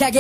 힘차게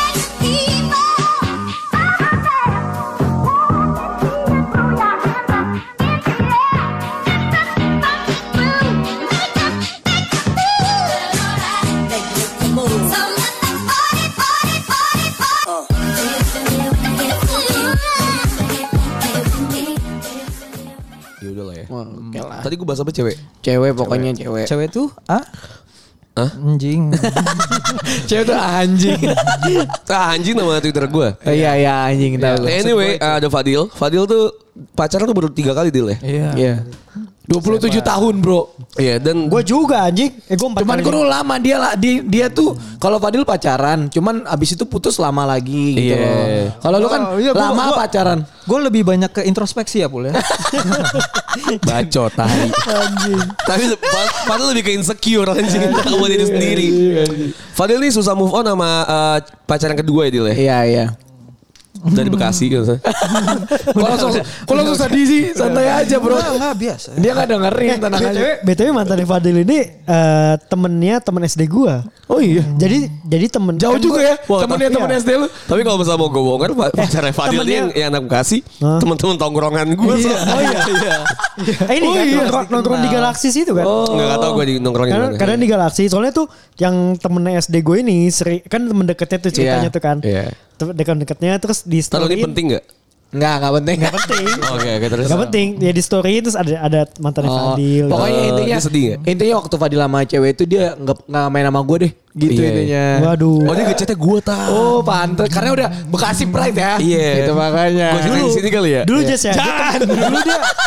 Oke lah. Tadi gue bahas apa cewek? Cewek pokoknya cewek. Cewek tuh anjing. Cewek tuh anjing. Anjing nama Twitter gue. Iya anjing tahu. Anyway, ada Fadil. Fadil tuh pacaran tuh baru 3 kali Dil ya. Iya. 27 tahun bro. Iya dan gue juga anjing. Gue 4 cuman kali. kurang lama dia tuh kalau Fadil pacaran, cuman abis itu putus lama lagi gitu. Iya. Kalau lu kan lama pacaran. Gue lebih banyak ke introspeksi ya Pul ya. bacot tai. Anjing. Tapi Fadil lebih ke insecure anjing sama diri sendiri. Fadil nih susah move on sama pacaran kedua ya Dil ya. Iya. Dari Bekasi gitu. Kalau susah di sih santai aja bro. Enggak biasa. Dia nggak dengerin tenang aja. BTW mantan Fadil ini temen SD gue. Oh iya. Jadi temen. Jauh juga ya. Temennya temen iya. SD lu. Tapi kalau misalnya mau gue bongkar pacarnya Fadil dia yang anak Bekasi, teman-teman tongkrongan gue. Oh iya. Ini kan nongkrong di Galaxis itu kan. Enggak tahu gue di nongkrongin. Karena di Galaxis soalnya tuh yang temen SD gue ini kan temen deketnya tuh ceritanya tuh kan. Iya. Dekat-dekatnya terus di Tahu story. ini penting gak? Enggak penting. Gak penting. Oke terus. Gak penting. Ya di story terus ada mantannya Fadil. Pokoknya intinya dia sedih gak? Intinya waktu Fadil sama cewek itu dia nggak main sama gue deh. Gitu Iya. intinya. Waduh. Oh dia ngechatnya gue tahu. Oh pantes karena udah Bekasi Pride ya. Iya. Gitu makanya. Gue ceritain di sini kali ya. Dulu Jess ya. Dulu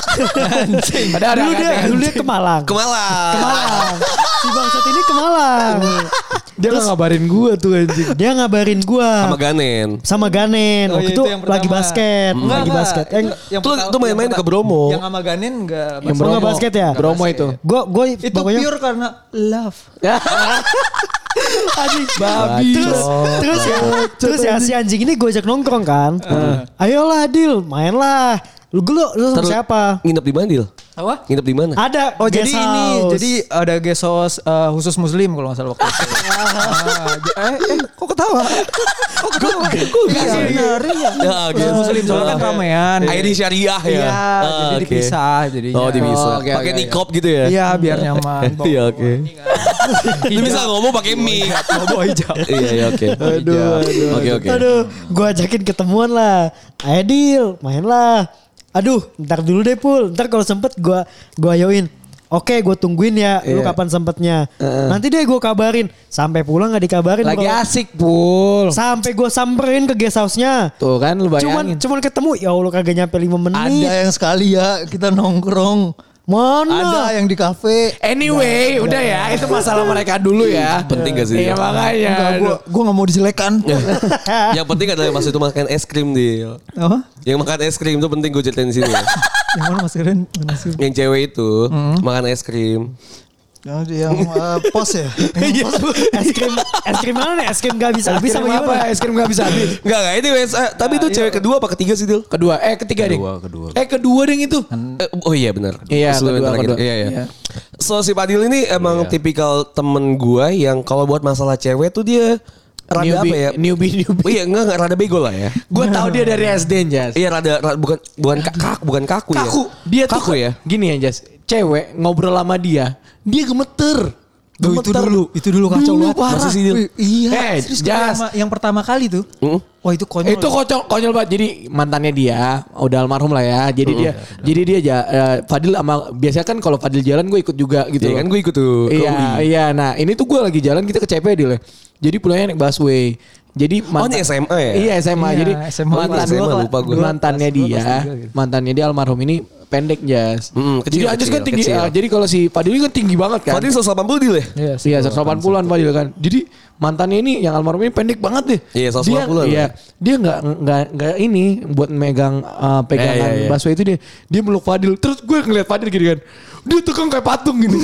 dia ke Malang. Ke Malang. Si bangsat ini ke Malang. Dia nggak ngabarin gue tuh anjing. Dia ngabarin gua Sama Ganen. waktu itu lagi basket. Lagi basket. Tuh main-main ke Bromo. Yang sama Ganen enggak. Yang Bromo basket ya? Bromo itu. Gue Itu pokoknya pure karena love. anjing babi. Terus ya si anjing ini gue ajak nongkrong kan. Ayolah Dil, mainlah. Lu sama siapa? Nginep di mana Dil? Apa? Nginep di mana? Ada. Oh jadi guest ini, house. jadi ada guest house khusus muslim kalau nggak salah waktu itu. Kok ketawa? Kok ketawa? Iya. Ya, Khusus muslim soalnya kan ramean. ID syariah ya. Iya, jadi oke. dipisah jadinya. Oh dipisah. Oke, Pakai oke. nikop gitu ya? Iya biar nyaman. Iya oke. Lu bisa ngomong pakai mic. Bawa hijab. Iya oke. Oke. Aduh, gue ajakin ketemuan lah. Ayo Dil, main lah. Aduh, ntar dulu deh Pul. Ntar kalau sempet gue ayoin. Oke, gue tungguin ya. Lu kapan sempetnya? Nanti deh gue kabarin. Sampai pulang gak dikabarin. Lagi bro. asik Pul. Sampai gue samperin ke guest house-nya. Tuh kan lu bayangin. Cuman ketemu. Ya Allah kagak nyampe 5 menit. Ada yang sekali ya kita nongkrong. Mana? Ada yang di kafe. Anyway, udah ya. Itu masalah mereka dulu ya. Penting gak sih? Iya makanya. Gue gak mau dijelekan. Yang penting adalah pas itu makan es krim Dil. Apa? Yang makan es krim itu penting gue ceritain di sini. Yang mana Mas Keren? Yang cewek itu makan es krim. Yang pos ya? Es krim mana nih? Es krim gak bisa habis sama apa? gimana? Es krim gak bisa habis. Enggak ini tapi itu cewek kedua apa ketiga sih Dil? Ketiga deh. Kedua. Kedua deh itu. Oh iya benar. Iya, Sebelum kedua. terakhir. Iya. So si Fadil ini emang tipikal temen gua yang kalau buat masalah cewek tuh dia rada apa ya? Newbie. Oh iya enggak rada bego lah ya. Gue tahu dia dari SD Jas. Iya rada bukan kaku ya. Dia kaku tuh ya. Gini ya Jas. Cewek ngobrol sama dia gemeter. Itu dulu kacau Dulu banget. parah. Masa sih, Dil? Iya. Serius, Jas. yang pertama kali tuh. Wah itu konyol. Itu konyol banget. Jadi mantannya dia udah almarhum lah ya. Jadi dia Fadil sama biasanya kan kalau Fadil jalan gue ikut juga gitu. Iya kan gue ikut tuh. Iya. Nah ini tuh gue lagi jalan kita ke CP Dil. Jadi pulangnya naik busway. Jadi ini SMA ya? Iya SMA. Iya, Jadi SMA. Lupa gue. mantannya dia almarhum ini pendek Jas. Kecil, Jadi Anjas kan tinggi. kecil. Jadi kalau si Fadil ini kan tinggi banget kan. Fadil 180 Dil ya? Iya 180-an Fadil kan. Jadi mantannya ini yang almarhum ini pendek banget deh. Iya 180-an. Dia nggak ini buat megang pegangan busway itu dia meluk Fadil. Terus gue ngeliat Fadil gitu kan. Dia tukang kayak patung gitu.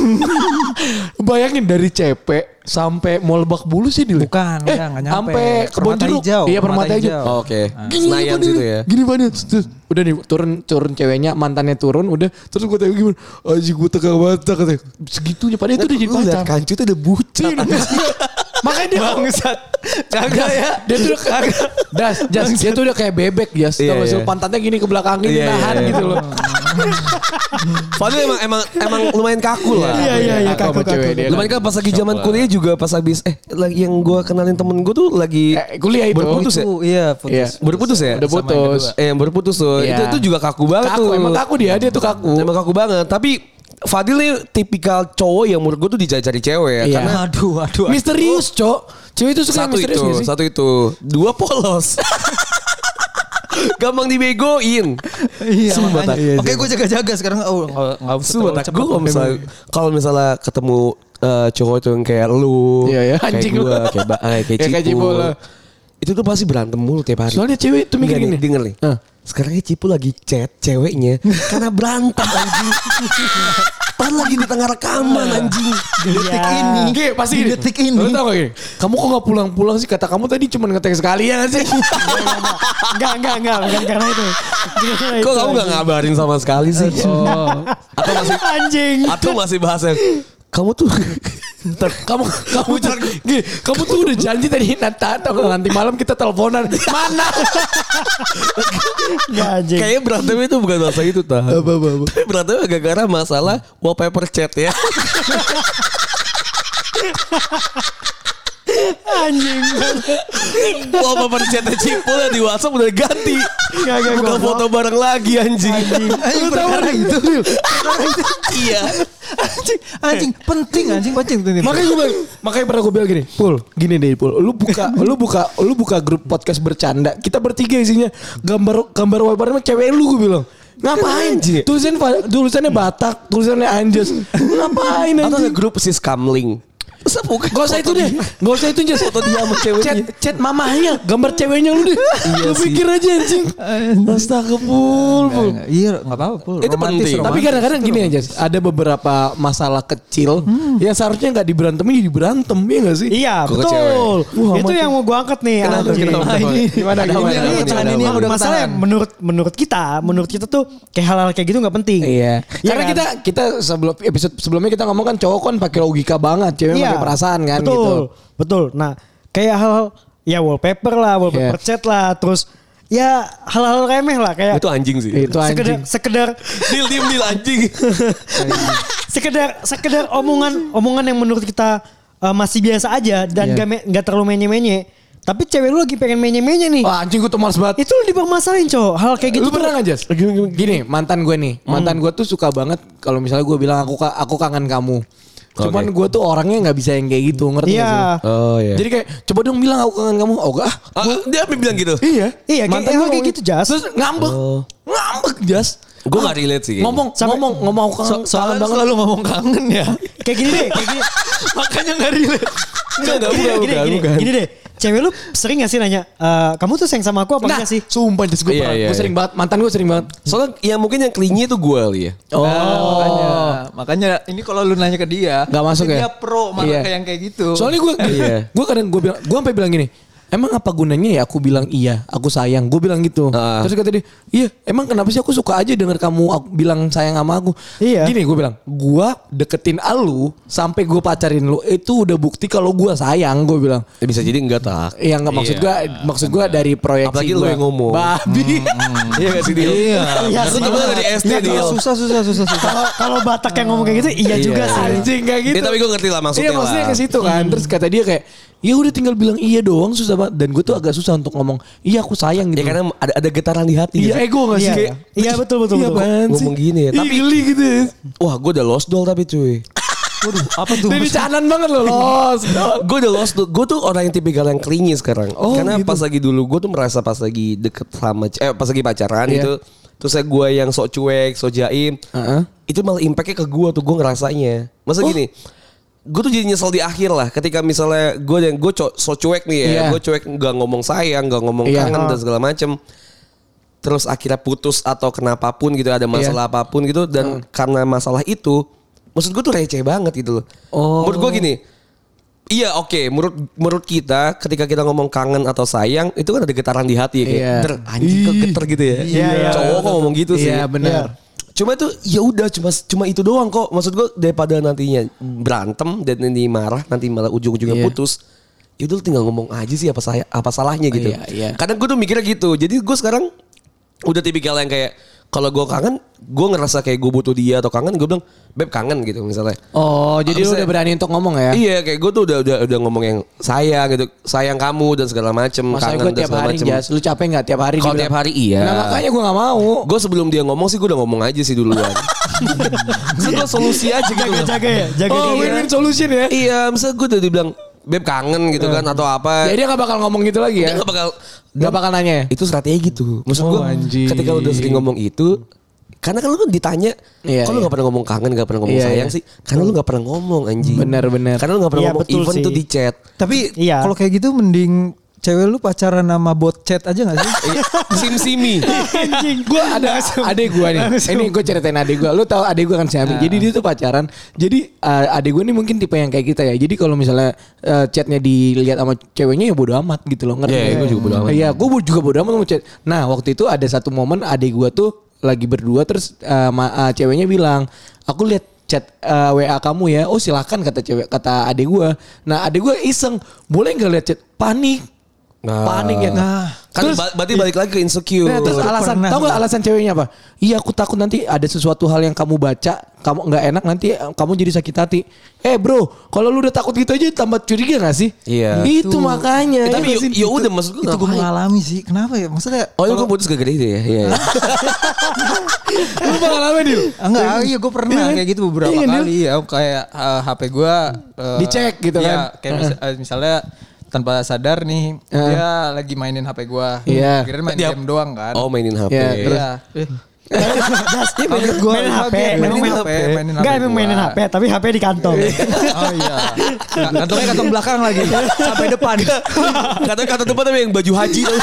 Bayangin dari CP sampai Mall Lebak Bulus sih Dil. Bukan, enggak nyampe. Sampai Kebon Permata Jeruk. Hijau, Iya Permata Permata Hijau. Hijau. Oh, oke. Gini Senayan Fadil, situ ya. Gini banget. Udah nih turun ceweknya mantannya turun udah terus gue tanya gimana gue tegang banget katanya segitunya padahal itu udah jadi Lu liat pacar kancu tuh udah bucin. Makanya dia Bangsat. Kagak ya. Dia tuh dia tuh udah kayak bebek Jas. Iya, Tau gak sih, iya. pantatnya gini ke belakang gini Iya, nahan iya. gitu loh. Fadil emang lumayan kaku lah. Iya, Kaku sama kaku. cewek dia. Lumayan kan pas lagi zaman kuliah juga pas habis yang gue kenalin temen gue tuh lagi Kuliah itu. berputus ya. Iya, Iya. Baru putus ya? Udah putus. Yang baru putus tuh. Iya. Itu juga kaku banget Kaku, tuh. emang kaku dia tuh kaku. Emang kaku banget. Tapi Fadil nih tipikal cowok yang menurut gue tuh dicari-cari cewek ya. Iya. Karena Aduh. Misterius, Cok. Cewek itu suka yang misterius gak sih? satu itu. Dua polos. Gampang dibegoin. Iya, Sumpah, makanya. tak. Iya, Oke, gue jaga-jaga sekarang. Enggak usah Sumpah, terlalu tak. cepat. Gue kalau misalnya ketemu cowok tuh yang kayak lu, Iya, iya. kayak Anjing gue, lu. kayak Kayak Cipul. Cipul. Itu tuh pasti berantem mulu tiap hari. Soalnya cewek tuh mikir Enggak gini. nih, denger nih. Sekarang Cipul lagi chat ceweknya karena berantem anjing. Padahal lagi di tengah rekaman anjing. Iya. Detik ini. Oke, pasti Di gini. detik ini. Lu tau gak gini? Kamu kok gak pulang-pulang sih? Kata kamu tadi cuma ngetek sekali ya gak sih? Enggak, bukan karena itu. Bukan karena Kok itu, kamu gak anjing. ngabarin sama sekali sih? Oh. Anjing. Atau masih bahasnya kamu tuh kamu tuh udah janji tadi nanti malam kita teleponan. Mana? Enggak anjing. kayaknya berantem itu bukan bahasa itu tah. Tapi berantem gara-gara masalah wallpaper chat ya. Anjing. Wallpaper chatnya Cipul yang di WhatsApp udah ganti. Enggak, Bukan gua foto bareng lagi anjing. Anjing perkara itu. Iya. Anjing penting. Makanya pernah gue bilang gini, Pul, gini deh Pul, lu buka grup podcast bercanda, kita bertiga isinya gambar wallpaper cewek lu, gue bilang. Ngapain? Tulisannya Batak, tulisannya Anjas. Ngapain Atau ada anjing? grup sis Kamling. Gak usah itu deh. Gak usah itu aja. Foto dia sama ceweknya. Chat mamahnya. Gambar ceweknya lu deh. Lu sih. pikir aja anjing. Astaga Pul. Iya, enggak apa-apa, Pul. Itu penting. Tapi kadang-kadang gini aja. Ada beberapa masalah kecil yang seharusnya gak diberantemin jadi berantem. Iya gak sih? Iya, Gua ke betul. Wah, Itu mati. yang mau gue angkat nih. Kenapa? anjing. Kenapa? Gimana? Ini yang udah masalah menurut kita tuh kayak hal-hal kayak gitu nggak penting. Iya. Iya Karena kan? kita sebelum episode sebelumnya kita ngomong kan cowok kan pakai logika banget, cewek pakai perasaan kan betul, gitu. Betul. Nah, kayak hal-hal ya wallpaper Iya. chat lah, terus ya hal-hal remeh lah kayak Itu anjing sih. Itu anjing. sekedar Deal anjing. sekedar omongan yang menurut kita masih biasa aja dan Iya. nggak terlalu menye-menye. Tapi cewek lu lagi pengen menye-menye nih. Wah anjing gue tuh males banget. Itu lu dipermasalahin, cowok. Hal kayak gitu. Lu pernah gak Jas? Gini mantan gue nih. Mantan gue tuh suka banget kalau misalnya gue bilang aku kangen kamu. Cuman gue tuh orangnya gak bisa yang kayak gitu. Ngerti gak sih? Iya. Oh iya. Jadi kayak coba dong bilang aku kangen kamu. Oh gak. Dia bilang gitu. Iya. Iya, Mantan kayak gue kayak gitu, Jas. Terus ngambek Jas. Gue gak relate sih. Ngomong aku kangen Soalnya banget. selalu ngomong kangen ya. Kayak gini deh, kayak gini. Makanya enggak relate. Gini deh. Cewek lu sering gak sih nanya, kamu tuh sayang sama aku apa Nah, enggak sih? sumpah Jas gue Iya, pernah. iya, Gue sering banget. Mantan gue sering banget. Soalnya yang mungkin yang klingi itu gue kali ya. Makanya ini kalau lu nanya ke dia, Nggak masuk pasti ya? Dia pro malah Iya. kayak yang kayak gitu. Soalnya gue kadang gue sampai bilang gini, emang apa gunanya ya aku bilang iya, aku sayang. Gue bilang gitu. Terus kata dia, iya emang kenapa sih aku suka aja denger kamu bilang sayang sama aku. Iya. Gini gue bilang, gue deketin lu sampai gue pacarin lu itu udah bukti kalau gue sayang. Gue bilang. Ya, bisa jadi enggak tak. Iya nggak maksud gue dari proyeksi Apalagi gue. lu yang ngomong. Babi. Iya gak sih dia? Iya sih. Itu dari SD dia. Susah. Kalau Batak yang ngomong kayak gitu, iya juga sih. Anjing kayak gitu. Tapi gue ngerti lah maksudnya. Iya maksudnya lah. ke situ kan. Terus kata dia kayak, ya udah tinggal bilang iya doang susah banget. Dan gue tuh agak susah untuk ngomong iya aku sayang gitu. Ya karena ada getaran di hati. Iya ego gak sih? Iya, Kayak, iya betul. Iya apaan sih? Ngomong gini ya. Tapi geli gitu ya. Wah gue udah lost doll tapi cuy. Waduh, apa tuh? Dari canan banget loh lost. Gue udah lost doll. Gue tuh orang yang tipikal yang clingy sekarang. Oh, Karena gitu. pas lagi dulu gue tuh merasa pas lagi deket sama pas lagi pacaran Iya. gitu. Terus saya gue yang sok cuek, sok jaim. Itu malah impactnya ke gue tuh gue ngerasanya. Masa gini. Gue tuh jadi nyesel di akhir lah. Ketika misalnya gue sok cuek nih ya. Iya. Gue cuek gak ngomong sayang, gak ngomong Iya. kangen dan segala macem. Terus akhirnya putus atau kenapapun gitu. Ada masalah apapun gitu. Dan karena masalah itu. Maksud gue tuh receh banget gitu loh. Menurut gue gini. Iya oke. Menurut kita ketika kita ngomong kangen atau sayang. Itu kan ada getaran di hati ya. Kayak Iya. anjing kok geter gitu ya. Iya. Cowok kok ngomong gitu sih. Iya benar. Cuma itu ya udah cuma itu doang kok. Maksud gue daripada nantinya berantem dan nanti marah nanti malah ujung-ujungnya Iya. putus. ya udah lu tinggal ngomong aja sih apa salahnya gitu. Iya. Kadang gue tuh mikirnya gitu. Jadi gue sekarang udah tipikal yang kayak kalau gue kangen, gue ngerasa kayak gue butuh dia atau kangen, gue bilang, Beb kangen gitu misalnya. Oh, jadi lu udah berani untuk ngomong ya? Iya, kayak gue tuh udah ngomong yang sayang gitu, sayang kamu dan segala macem, Masa kangen gue dan tiap segala hari macem. Jas, lu capek gak tiap hari? Kalau tiap hari iya. Nah makanya gue gak mau. Gue sebelum dia ngomong sih gue udah ngomong aja sih duluan. Gue solusi aja gitu. Jaga ya, jaga Oh, dia. win-win solution ya? Iya, misalnya gue udah dibilang Beb kangen gitu kan atau apa. Ya dia gak bakal ngomong gitu lagi ya? Dia Gak bakal nanya ya? Itu strategi gitu. Maksud gue anjing. ketika udah sering ngomong itu, karena kan lu kan ditanya, Iya, kok lu gak pernah ngomong kangen, gak pernah ngomong Iya, sayang iya. sih? Karena lu gak pernah ngomong anjing. Benar. Karena lu gak pernah Iya, ngomong betul even sih. tuh di chat. Tapi Iya. kalau kayak gitu mending cewek lu pacaran sama bot chat aja gak sih? Sim-simi. Gue ada adek gue nih. Ini gue ceritain adek gue. Lu tahu adek gue kan Syami. Jadi dia tuh pacaran. Jadi adek gue nih mungkin tipe yang kayak kita ya. Jadi kalau misalnya chatnya dilihat sama ceweknya ya bodo amat gitu loh. Ngerti? Iya, gue juga bodo amat. Iya, gue juga bodo amat sama chat. Nah waktu itu ada satu momen adek gue tuh lagi berdua terus ceweknya bilang, aku lihat chat WA kamu ya. Oh silakan kata adek gue. Nah adek gue iseng, boleh nggak lihat chat? Panik ya. Kan Terus- berarti balik lagi ke insecure. Nah, terus alasan, pernah. tau gak alasan ceweknya apa? Iya aku takut nanti ada sesuatu hal yang kamu baca, kamu nggak enak nanti kamu jadi sakit hati. Bro, kalau lu udah takut gitu aja tambah curiga gak sih? Iya. Itu makanya. Tapi Iya nggak sih? ya udah maksud gue Itu gue ngapain? mengalami sih. Kenapa ya? Maksudnya Oh lu kan putus gara-gara itu ya? Iya. Lu pengalaman Dil? enggak, iya gue pernah kayak gitu beberapa Iya, Dil. kali ya. Kayak HP gue Dicek gitu iya, kan. Kayak misalnya tanpa sadar nih dia lagi mainin HP gue. Iya. Kira main game doang kan. Oh mainin HP. Iya, terus. Iya. Dia mainin HP. Mainin Enggak emang mainin HP, tapi HP di kantong. Oh iya. Kantongnya kantong belakang lagi. Sampai depan. Kata depan tapi yang baju haji tuh.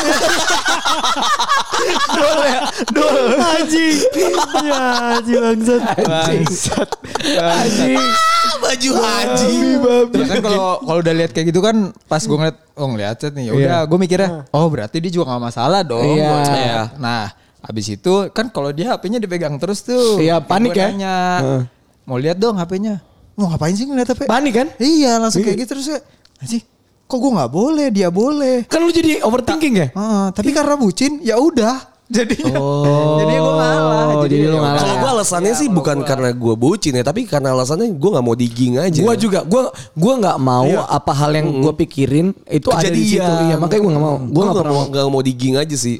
Haji. Ya, haji bangsat. Anjing. Baju haji. Ya kan kalau udah lihat kayak gitu kan pas gue ngeliat chat nih ya udah gue mikirnya oh berarti dia juga gak masalah dong. Iya. buat chat. Iya. Nah habis itu kan kalau dia HP-nya dipegang terus tuh. Iya, panik Gua ya. nanya, mau lihat dong HP-nya. Mau ngapain sih ngeliat HP? Panik kan? Iya langsung kayak gitu terus ya. Sih kok gue nggak boleh dia boleh. Kan lu jadi overthinking ya? Tapi karena bucin ya udah. Jadi jadi gue ngalah. Oh, jadi lu ngalah. Kalau gue alasannya sih bukan karena gue bucin ya, tapi karena alasannya gue nggak mau digging aja. Gue juga, gue nggak mau apa hal yang gue pikirin itu ada di situ. Iya, makanya gue nggak mau. Gue nggak mau digging aja sih.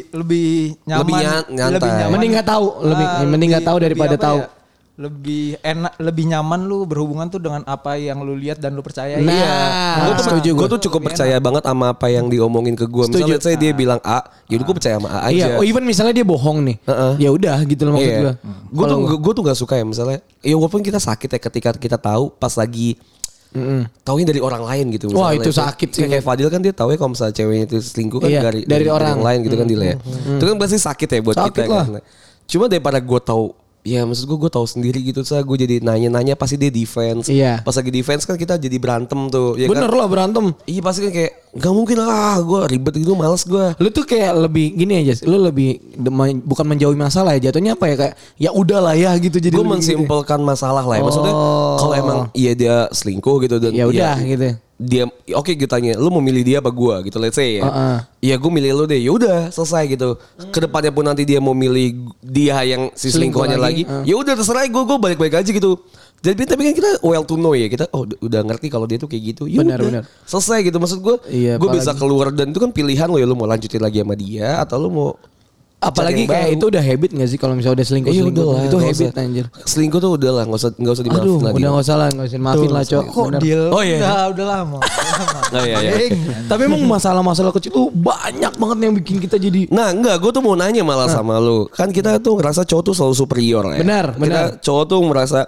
Lebih nyaman. nyantai. Mending nggak tahu, mending nggak tahu daripada apa tahu. ya, lebih enak, lebih nyaman lu berhubungan tuh dengan apa yang lu lihat dan lu percaya. Nah, setuju Gue tuh cukup percaya banget sama apa yang diomongin ke gue. Misalnya saya dia bilang A, yaudah gue percaya sama A aja. Iya, oh even misalnya dia bohong nih. Ya udah gitu loh maksud gue. Gue tuh gak suka ya misalnya. Ya walaupun kita sakit ya ketika kita tahu pas lagi taunya dari orang lain gitu. Wah, misalnya itu sakit sih. Kayak Fadil kan dia tahu ya kalau misalnya ceweknya itu selingkuh kan Iya, dari orang lain gitu kan Dila ya. Itu kan pasti sakit ya buat Sakit kita lah. kan. Cuma daripada gue tahu, ya maksud gue tahu sendiri gitu. Saya gue jadi nanya-nanya pasti dia defense. Iya. Pas lagi defense kan kita jadi berantem tuh. Ya Bener kan? lah berantem. Iya pasti kan kayak gak mungkin lah gue ribet gitu, males gue. Lu tuh kayak lebih gini aja, lu lebih bukan menjauhi masalah ya, jatuhnya apa ya kayak ya udahlah ya gitu jadi. Gue lebih gitu. mensimpelkan masalah lah ya. Maksudnya kalau emang iya dia selingkuh gitu dan Ya udah gitu. Dia oke gue tanya, lu mau milih dia apa gue gitu, let's say ya. Iya gue milih lu deh. Ya udah selesai gitu. Kedepannya pun nanti dia mau milih dia yang si selingkuhannya lagi. Ya udah terserah gue balik-balik aja gitu. Jadi tapi kan kita well to know ya, kita udah ngerti kalau dia tuh kayak gitu. Ya Benar. udah, selesai gitu maksud gue. Iya, Gue bisa apalagi- keluar dan itu kan pilihan lo ya, lu mau lanjutin lagi sama dia atau lu mau Apalagi cari yang kayak baru. itu udah habit gak sih kalau misalnya udah selingkuh Iya selingkuh udah lah, itu nggak habit usah. anjir. Selingkuh tuh udah lah, nggak usah dimaafin Aduh, lagi. udah gak usah lah, gak usah maafin lah cok. Kok Bener. deal? Oh, iya. Udah lama. Oh, iya, iya. Tapi emang masalah-masalah kecil tuh banyak banget yang bikin kita jadi. Nah enggak, gue tuh mau nanya malah sama lu. Kan kita tuh ngerasa cowok tuh selalu superior ya. Benar. Kita cowok tuh merasa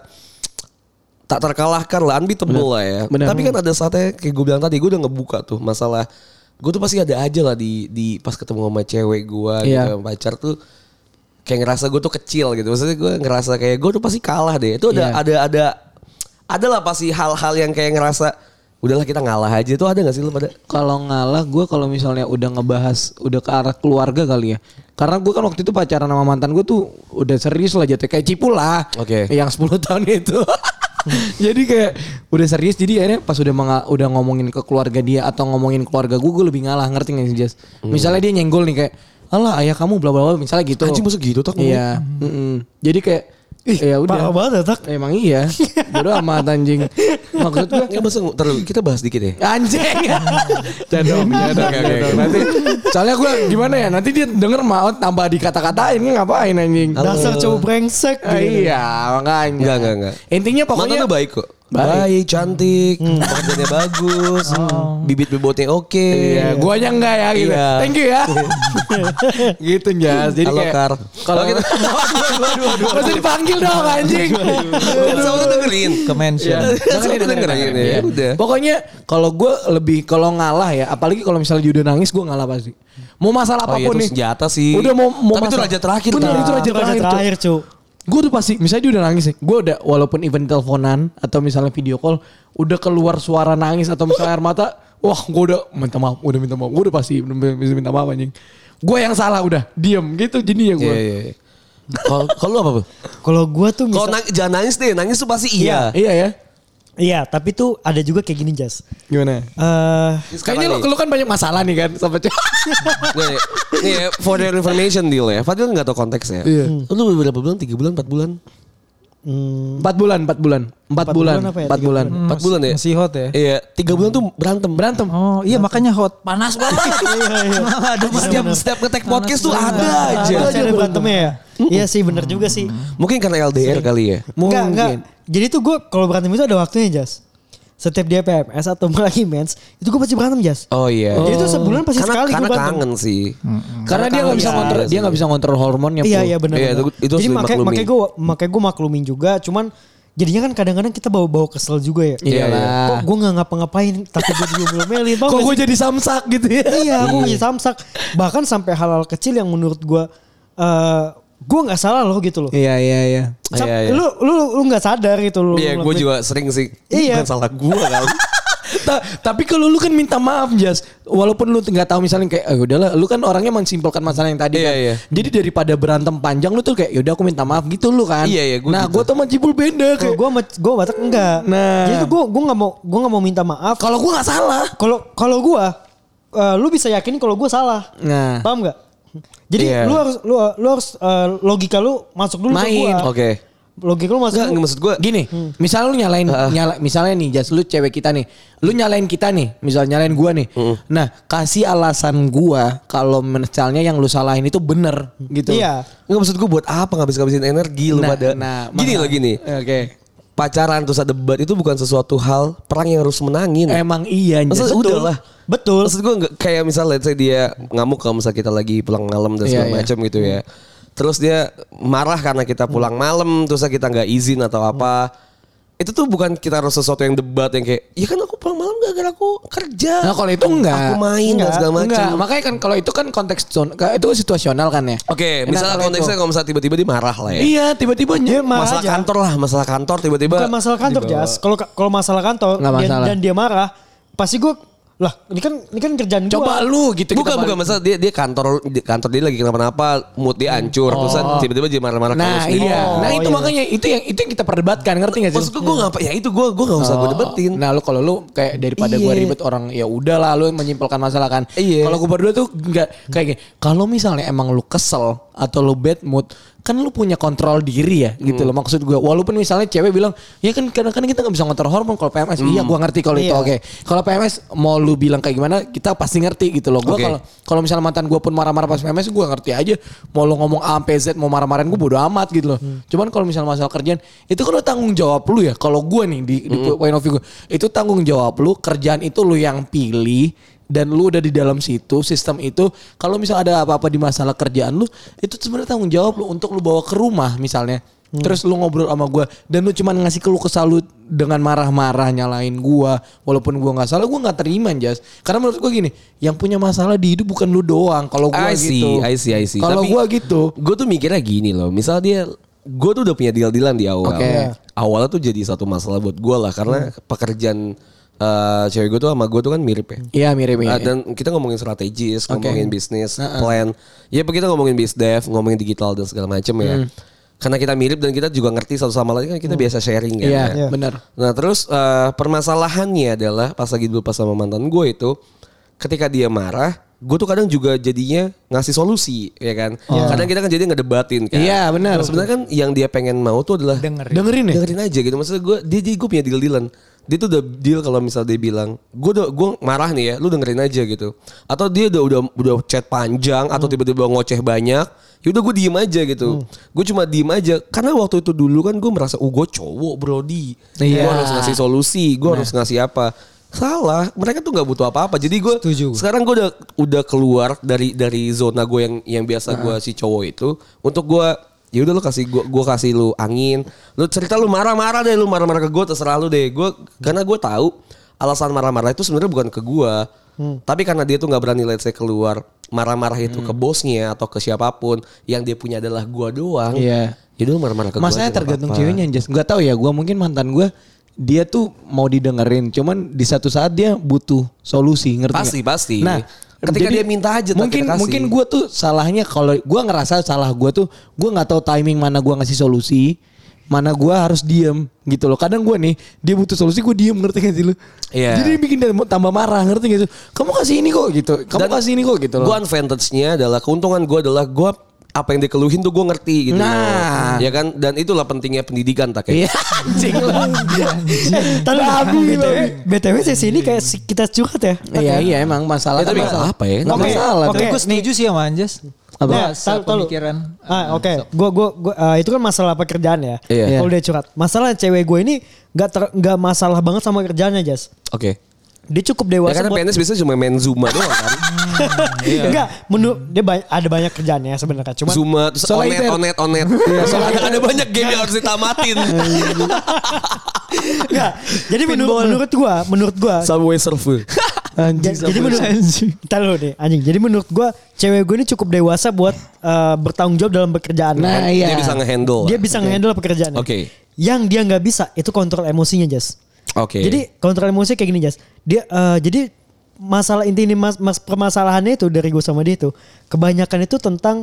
tak terkalahkan lah, unbeatable lah ya. Benar. Tapi kan ada saatnya kayak gue bilang tadi, gue udah ngebuka tuh masalah. Gue tuh pasti ada aja lah di pas ketemu sama cewek gue gitu, Iya. sama pacar tuh. Kayak ngerasa gue tuh kecil gitu. Maksudnya gue ngerasa kayak gue tuh pasti kalah deh. Itu ada lah pasti hal-hal yang kayak ngerasa udahlah kita ngalah aja. Itu ada gak sih lu pada? Kalau ngalah gue kalau misalnya udah ngebahas udah ke arah keluarga kali ya. Karena gue kan waktu itu pacaran sama mantan gue tuh udah serius lah jatuh kayak Cipul lah. Oke. Yang 10 tahun itu. Jadi kayak udah serius, jadi akhirnya pas udah ngomongin ke keluarga dia atau ngomongin keluarga gue lebih ngalah, ngerti gak sih Jas? Misalnya dia nyenggol nih kayak, alah ayah kamu bla bla bla misalnya gitu. Anjing masa gitu tak? Iya. Jadi kayak ya udah. Parah banget ya, tak. Emang iya. Bodo amat anjing. Maksud gue Ya masa terlalu kita bahas dikit ya. anjing. Jangan dong. Nanti soalnya gue gimana ya? Nanti dia denger maut tambah dikata-katain ngapain anjing. Dasar cowok brengsek. Iya, makanya. Enggak. Intinya Mantan pokoknya lu baik kok. Baik. Baik, cantik, pekerjaannya bagus, bibit bebotnya oke. Iya, guanya enggak ya gitu. Iya. Thank you ya. Gitu Jas. Jadi Halo, kayak Kar. kalau kita Masa dipanggil dong anjing. Sama dengerin. Ke mention. Dengerin ya. Udah. Pokoknya kalau gue lebih kalau ngalah ya, apalagi kalau misalnya dia udah nangis gue ngalah pasti. Mau masalah Oh iya apapun itu nih. senjata sih. Udah mau Tapi itu masalah. raja terakhir. Bener, Kak. itu raja terakhir. Terakhir, cu. Gue udah pasti, misalnya dia udah nangis nih, gue udah walaupun even teleponan atau misalnya video call, udah keluar suara nangis atau misalnya air mata, wah gue udah minta maaf, gue udah pasti bisa minta maaf anjing. Gue yang salah udah, diem gitu jadinya gue. Iya. Kalau lu apa, Bu? Kalau gue tuh Kalau jangan nangis deh, nangis tuh pasti iya. Iya ya. Iya, tapi tuh ada juga kayak gini, Jas. Gimana? Kayaknya lu kan banyak masalah nih kan sama cewek. Nih, for your information deal ya. Fadil nggak tahu konteksnya. Iya. Lu berapa bulan? 3 bulan? 4 bulan? 4 bulan. 4 bulan apa ya? 4 bulan. 4 bulan ya? Masih hot ya? Iya, 3 bulan tuh berantem. Oh iya makanya hot. Panas banget. Setiap nge-tag podcast tuh ada aja. Ada berantemnya ya? Iya sih, bener juga sih. Mungkin karena LDR kali ya. Enggak. Jadi tuh gue kalau berantem itu ada waktunya, Jas. Setiap dia PMS atau lagi mens, itu gue pasti berantem, Jas. Oh iya. Jadi tuh sebulan pasti sekali gue Karena berantem. kangen sih. Karena dia nggak bisa kontrol, dia nggak bisa kontrol hormonnya. Iya benar. Iya, itu Jadi harus dimaklumin. makanya gue maklumin juga. Cuman jadinya kan kadang-kadang kita bawa kesel juga ya. Iya lah. Kok gue nggak ngapa-ngapain tapi gue diomelin. Kok gue jadi samsak gitu ya? Iya, gue jadi samsak. Bahkan sampai hal-hal kecil yang menurut gue gue nggak salah loh gitu loh. Iya. Iya. Lu nggak sadar gitu loh. Iya, gue juga sering sih. Iya. Bukan salah gue kali. Tapi kalau lu kan minta maaf Jas, walaupun lu nggak tahu misalnya kayak udahlah, lu kan orangnya mensimpulkan masalah yang tadi Iya, kan. iya. Jadi daripada berantem panjang lu tuh kayak yaudah aku minta maaf gitu lu kan. Iya, gua nah gitu. gue tuh mencibul beda Kalau kayak. gue batak enggak. Nah. Jadi tuh gue nggak mau minta maaf. Kalau gue nggak salah. Kalau gue lu bisa yakin kalau gue salah. Nah. Paham nggak? Jadi Iya. lu harus logika lu masuk dulu ke Main. gue. Oke. Logika lu masuk. Enggak, maksud gue. Gini, misalnya lu misalnya nih Jas, lu cewek kita nih, lu nyalain kita nih, misalnya nyalain gua nih. Nah, kasih alasan gua kalau misalnya yang lu salahin itu bener gitu. Iya. Enggak, maksud gue buat apa ngabisin energi lu pada. Gini loh gini. Oke. Pacaran terus ada debat itu bukan sesuatu hal perang yang harus menangin. Emang iya Jas. Maksudnya udah lah. Betul. Maksud gue kayak misalnya let's say dia ngamuk kalau misalnya kita lagi pulang malam dan segala Iya, iya. macam gitu ya. Terus dia marah karena kita pulang malam terus kita nggak izin atau apa. Itu tuh bukan kita harus sesuatu yang debat yang kayak ya kan aku pulang malam gara-gara aku kerja. Nah kalau itu enggak. Aku main dan segala macam. Enggak, makanya kan kalau itu kan konteks itu situasional kan ya. Oke, Nah, misalnya kalau konteksnya itu- kalau misalnya tiba-tiba dia marah lah ya. Iya, tiba-tiba Dia marah Masalah aja. kantor lah, masalah kantor tiba-tiba. Bukan masalah kantor, Jas. Kalau masalah kantor Nggak masalah. dan dia marah, pasti gue lah ini kan kerjaan gue. Coba lu gitu. Bukan masalah dia kantor dia lagi kenapa-napa, mood dia hancur, terus tiba-tiba dia marah-marah Nah sendiri. iya, nah itu iya. makanya itu yang kita perdebatkan, ngerti gak sih? Maksud gue ngapa? Ya itu gue gak usah gue debatin. Nah lu kalau lu kayak daripada gua Iya. ribet orang ya udahlah lu menyimpulkan masalah kan. Iya. Kalau gua berdua tuh enggak kayak gini. Kalau misalnya emang lu kesel atau lu bad mood, kan lu punya kontrol diri ya gitu loh maksud gua. Walaupun misalnya cewek bilang, ya kan kadang-kadang kita nggak bisa ngontrol hormon kalau PMS. Iya gua ngerti kalau itu Iya. oke. Kalau PMS mau lu bilang kayak gimana, kita pasti ngerti gitu loh. Gua Oke. kalau misalnya mantan gua pun marah-marah pas PMS, gua ngerti aja. Mau lu ngomong A sampai Z, mau marah-marahin gua bodo amat gitu loh. Cuman kalau misalnya masalah kerjaan, itu kan udah tanggung jawab lu ya. Kalau gua nih di point of view gua, itu tanggung jawab lu, kerjaan itu lu yang pilih dan lu udah di dalam situ sistem itu. Kalau misalnya ada apa-apa di masalah kerjaan lu, itu sebenarnya tanggung jawab lu untuk lu bawa ke rumah misalnya. Terus lu ngobrol sama gua dan lu cuman ngasih keluh kesah lu dengan marah-marah nyalain gua walaupun gua nggak salah, gua nggak terima Jas. Karena menurut gua gini, yang punya masalah di hidup bukan lu doang. Kalau gua I gitu. see. Kalau Tapi gua gitu. Gue tuh mikirnya gini loh. Misal gue tuh udah punya deal-dealan di awal. Oke. Awalnya tuh jadi satu masalah buat gue lah. Karena pekerjaan cewek gue tuh sama gue tuh kan mirip ya. Iya mirip. Dan kita ngomongin strategis, ngomongin bisnis, plan. Ya kita ngomongin biz dev, ngomongin digital dan segala macam ya. karena kita mirip dan kita juga ngerti satu sama lain kan kita biasa sharing kan. Iya, benar. Nah terus permasalahannya adalah pas lagi dulu pas sama mantan gue itu ketika dia marah, gue tuh kadang juga jadinya ngasih solusi ya kan. Kadang kita kan jadi ngedebatin kan. Iya, benar. Nah, sebenarnya kan yang dia pengen mau tuh adalah Dengerin ya? dengerin aja gitu. Maksudnya gue punya deal-dealan. Dia tuh udah deal kalau misalnya dia bilang, gue marah nih ya, lu dengerin aja gitu. Atau dia udah chat panjang atau tiba-tiba ngoceh banyak, ya udah gue diem aja gitu. Gue cuma diem aja karena waktu itu dulu kan gue merasa, gue cowok brodi, gue harus ngasih solusi, gue harus ngasih apa. Salah, mereka tuh nggak butuh apa-apa. Jadi gue sekarang gue udah keluar dari zona gue yang biasa gue si cowok itu untuk gue ya udah lu kasih gue kasih lu angin, lu cerita lu marah-marah deh, lu marah-marah ke gue terserah lu deh. Gue karena gue tahu alasan marah-marah itu sebenarnya bukan ke gue, tapi karena dia tuh nggak berani let's say keluar marah-marah itu ke bosnya atau ke siapapun, yang dia punya adalah gue doang. Iya. Jadi lu marah-marah ke gue. Masanya tergantung ceweknya, Jas. Gak tahu ya, gue mungkin mantan gue dia tuh mau didengerin, cuman di satu saat dia butuh solusi, ngerti? Pasti. Nah, ketika jadi dia minta aja mungkin gue tuh salahnya, kalau gue ngerasa salah gue tuh gue nggak tahu timing mana gue ngasih solusi, mana gue harus diem gitu loh. Kadang gue nih dia butuh solusi gue diem, ngerti gak sih lu? Iya. Jadi bikin dia tambah marah, ngerti gak sih? Kamu kasih ini kok gitu, kasih ini kok gitu loh. Gue advantage-nya adalah keuntungan gue adalah gue apa yang dikeluhin tuh gue ngerti gitu. Nah, ya kan, dan itulah pentingnya pendidikan tak kayak. Iya, anjing lah. Tapi BTW sesi ini kayak kita curhat ya. Iya emang masalah. Tapi masalah. apa ya? Nggak masalah. Oke. Gue setuju sih sama Anjas. Nah, Pemikiran. Oke. Gua itu kan masalah pekerjaan ya. Iya. Kalau dia curhat, masalah cewek gue ini nggak masalah banget sama kerjaannya, Jas. Oke. Dia cukup Ya dewasa karena PNS biasanya cuma main Zuma doang kan. Enggak, menurut dia ada banyak kerjaannya sebenarnya. Cuma Zuma terus onet. Soalnya ada banyak game yang harus ditamatin. enggak. Jadi menurut gua Subway Surfer. jadi menurut gua cewek gue ini cukup dewasa buat bertanggung jawab dalam pekerjaan. Nah, iya. Dia bisa ngehandle. Dia bisa ngehandle pekerjaannya. Oke. Yang dia nggak bisa itu kontrol emosinya, Jas. Oke. Jadi kontrol emosi kayak gini, Jas. Dia jadi masalah inti ini permasalahannya itu dari gue sama dia itu kebanyakan itu tentang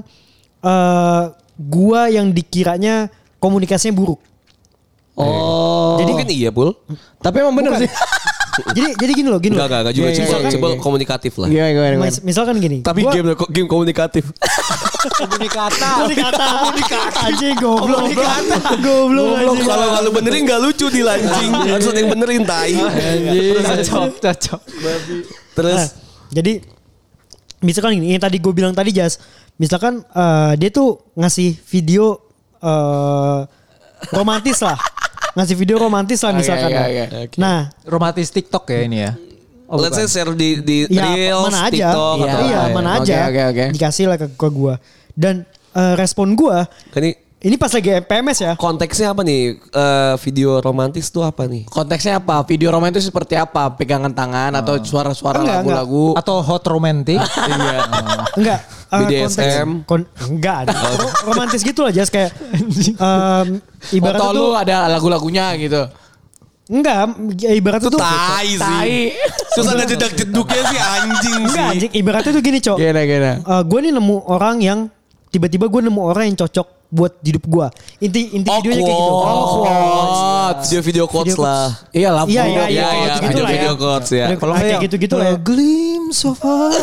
gua yang dikiranya komunikasinya buruk. Oh. Jadi mungkin iya, Pul. Tapi emang bener sih. jadi gini loh. Enggak juga. Coba komunikatif lah. Gimana? Misalkan gini. Tapi game komunikatif. Komunikata. Anjing goblok. Goblok. Kalau benerin gak lucu di lancing. Harus ada yang benerin tai. Cocok. Terus Nah, jadi misalkan ini yang tadi gue bilang tadi, Jas. Misalkan dia tuh ngasih video romantis lah. Ngasih video romantis lah misalkan. Okay. Nah, Romantis TikTok ya ini ya. let's say share di ya Reels, mana aja. TikTok atau Iya, apa. mana aja. Oke. Dikasih lah ke gue. Dan respon gue, ini pas lagi PMS ya. Konteksnya apa nih? Video romantis tuh apa nih? Konteksnya apa? Video romantis seperti apa? Pegangan tangan atau suara-suara Enggak. lagu-lagu? Atau hot romantic. Enggak. BDSM. Enggak. Romantis gitu lah, Jas, kayak ibaratnya Foto lu ada lagu-lagunya gitu. Enggak, ibaratnya tuh Tai sih. Terus ada jedak-jeduknya sih anjing sih. Enggak, anjing. Ibaratnya tuh gini, Cok. Gimana? Gue nih nemu orang yang tiba-tiba gue nemu orang yang cocok buat hidup gue. Inti videonya kayak gitu. Video quotes lah. Iya lah. Iya, Iya, video quotes ya. Kalau kayak gitu-gitu lah. Glimpse of us.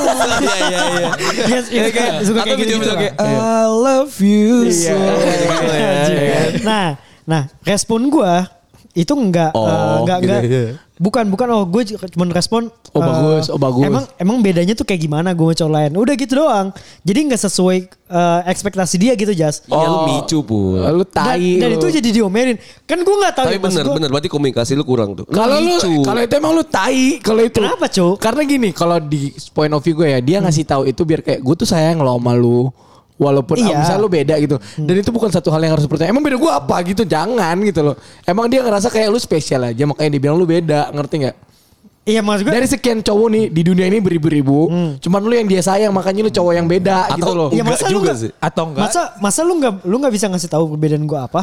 Iya, suka kayak video gitu. kayak I love you so. Nah, respon gue itu enggak bukan gue cuma respon bagus. Emang bedanya tuh kayak gimana gue sama cowok lain. Udah gitu doang. Jadi enggak sesuai ekspektasi dia gitu, Jas. Iya lu micu Pul. Lu tai. Dan itu jadi diomelin. Kan gue enggak tahu. Tapi bener berarti komunikasi lu kurang tuh. Kalau itu emang lu tai kalau itu. Kenapa, Cuk? Karena gini, kalau di point of view gue ya, dia ngasih tahu itu biar kayak gue tuh sayang lo sama lu. Walaupun misalnya lu beda gitu. Dan itu bukan satu hal yang harus percaya. Emang beda gue apa gitu? Jangan gitu loh. Emang dia ngerasa kayak lu spesial aja. Makanya dia bilang lu beda. Ngerti gak? Iya, maksud gue. Dari sekian cowok nih di dunia ini beribu-ribu. Cuman lu yang dia sayang, makanya lu cowok yang beda gitu loh. Iya, masa juga lu sih. Atau enggak? Masa lu nggak bisa ngasih tahu perbedaan gue apa?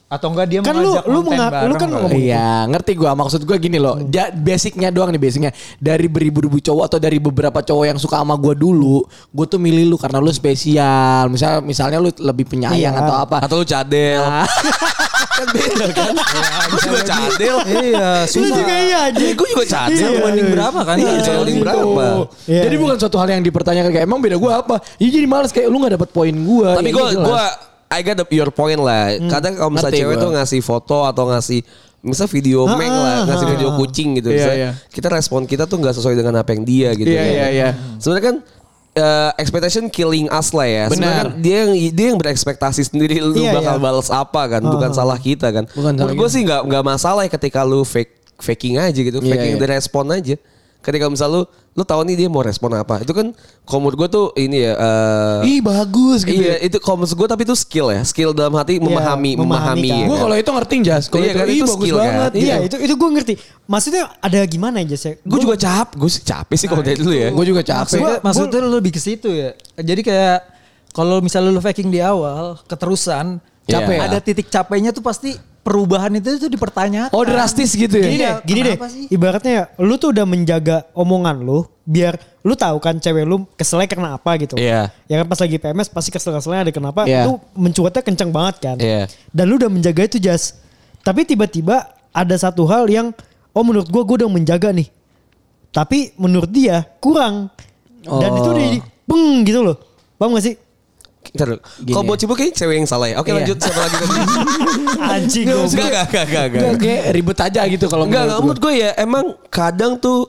Atau enggak dia Kan mengajak lu konten bareng. lu kan kali. ngomong Iya, ngerti gue. Maksud gue gini loh. Basicnya doang nih basicnya. Dari beribu-ribu cowok atau dari beberapa cowok yang suka sama gue dulu, gue tuh milih lu karena lu spesial. Misalnya lu lebih penyayang Iya. atau apa. Atau lu cadel. Kan beda kan. Gue juga cadel. Iya, Lu susah. juga iya aja. Gue juga cadel. Iya. Banding berapa kan? Iya, Iya. banding berapa. Iya. Jadi bukan suatu hal yang dipertanyakan kayak emang beda gue apa. Ya jadi males kayak lu gak dapet poin gue. Tapi gue I got your point lah. Kadang kalau misalnya Ngerti cewek gua. tuh ngasih foto atau ngasih misal video meng lah, ngasih video kucing gitu. Iya, Misalnya iya. kita respon kita tuh nggak sesuai dengan apa yang dia gitu. Iya, kan. iya, iya. Sebenarnya kan expectation killing us lah ya. Benar. Sebenarnya kan dia yang berekspektasi sendiri lu Iya, bakal iya. balas apa kan, bukan salah kita kan. Bukan salah Menurut gue sih nggak masalah ya ketika lu faking aja gitu, Iya, faking iya. the respon aja. Ketika misal lu tahu nih dia mau respon apa, itu kan kalau menurut gue tuh ini ya. Ih bagus gitu. Iya itu kalau menurut gue tapi itu skill ya. Skill dalam hati memahami memahami kan. ya Gue kan? kalau itu ngerti Jas. Kalau Iya kan, ih itu bagus skill kan. banget. Iya, itu gue ngerti. Maksudnya ada gimana aja sih? Gue juga gue sih capek sih kalau dari dulu ya. Gue juga capek. Maksudnya lebih ke situ ya. Jadi kayak kalau misalnya lu faking di awal, keterusan, Capek ya? ada titik capeknya tuh pasti perubahan itu dipertanyakan. Oh drastis gitu ya. Gini deh. kenapa sih? Ibaratnya ya, lu tuh udah menjaga omongan lu biar lu tahu kan cewek lu keselnya karena apa gitu. Iya. Ya kan pas lagi PMS pasti kesel-keselnya ada kenapa Iya. itu mencuatnya kencang banget kan. Iya. Dan lu udah menjaga itu Jas. Tapi tiba-tiba ada satu hal yang menurut gua udah menjaga nih. Tapi menurut dia kurang. Dan itu udah jadi peng gitu loh. Paham gak sih? Ntar dulu. Kalau buat Cibo kayaknya cewek yang salah ya. Oke Iya. lanjut siapa lagi tadi? Anjing Enggak, goblok. Enggak kayak ribet aja gitu kalau Enggak, menurut menurut gue ya emang kadang tuh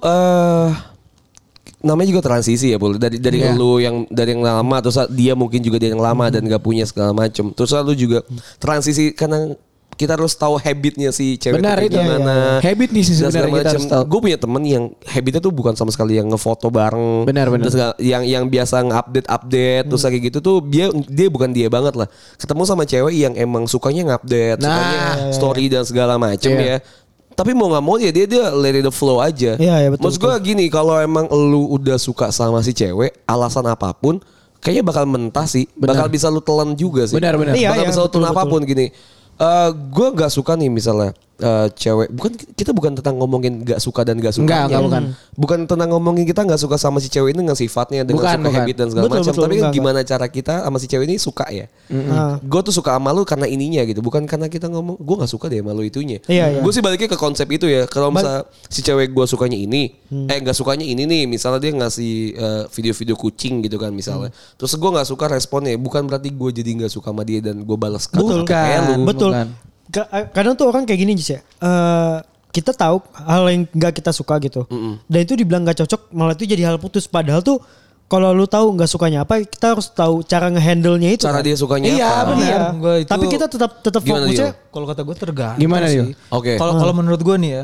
namanya juga transisi ya, Bul. Dari Iya. lu yang dari yang lama terus dia mungkin juga dari yang lama dan gak punya segala macam. Terus lu juga transisi karena kita harus tahu habitnya si cewek Benar itu itu. gimana. Habit nih sih dan sebenarnya segala kita harus macam. tahu. Gue punya temen yang habitnya tuh bukan sama sekali yang ngefoto bareng. Benar. Terus yang biasa nge-update terus kayak gitu tuh dia bukan dia banget lah. Ketemu sama cewek yang emang sukanya nge-update, sukanya story dan segala macam Iya. ya. Tapi mau nggak mau ya dia let it flow aja. Iya, iya, betul, Maksud gue gini, kalau emang lu udah suka sama si cewek, alasan apapun, kayaknya bakal mentah sih. Bakal bisa lu telan juga sih. Benar. Iya, Bakal iya, bisa lu telan betul, apapun gini. Gue nggak suka nih misalnya cewek. Kita bukan tentang ngomongin nggak suka dan nggak suka. Enggak, bukan. Bukan tentang ngomongin kita nggak suka sama si cewek ini dengan sifatnya, dengan Bukan, suka bukan. habit dan segala Betul, macam. betul, Tapi kan enggak, gimana cara kita sama si cewek ini suka ya. Gue tuh suka sama lu karena ininya gitu, bukan karena kita ngomong gue nggak suka deh sama lu itunya. Iya, iya. Gue sih baliknya ke konsep itu ya. Kalau misalnya si cewek gue sukanya ini, nggak sukanya ini nih. Misalnya dia ngasih video-video kucing gitu kan misalnya. Terus gue nggak suka responnya, bukan berarti gue jadi nggak suka sama dia dan gue balas Betul. kayak lu. Betul. bukan. Kadang tuh orang kayak gini Jis ya. Kita tahu hal yang nggak kita suka gitu. Dan itu dibilang nggak cocok malah itu jadi hal putus. Padahal tuh kalau lu tahu nggak sukanya apa, kita harus tahu cara ngehandle-nya itu. Cara kan. dia sukanya Iya, apa. benar. Iya. Gua itu- Tapi kita tetap Gimana, fokusnya. Dio? Kalau kata gue tergantung Gimana, sih. Dio? Oke. Kalau menurut gue nih ya,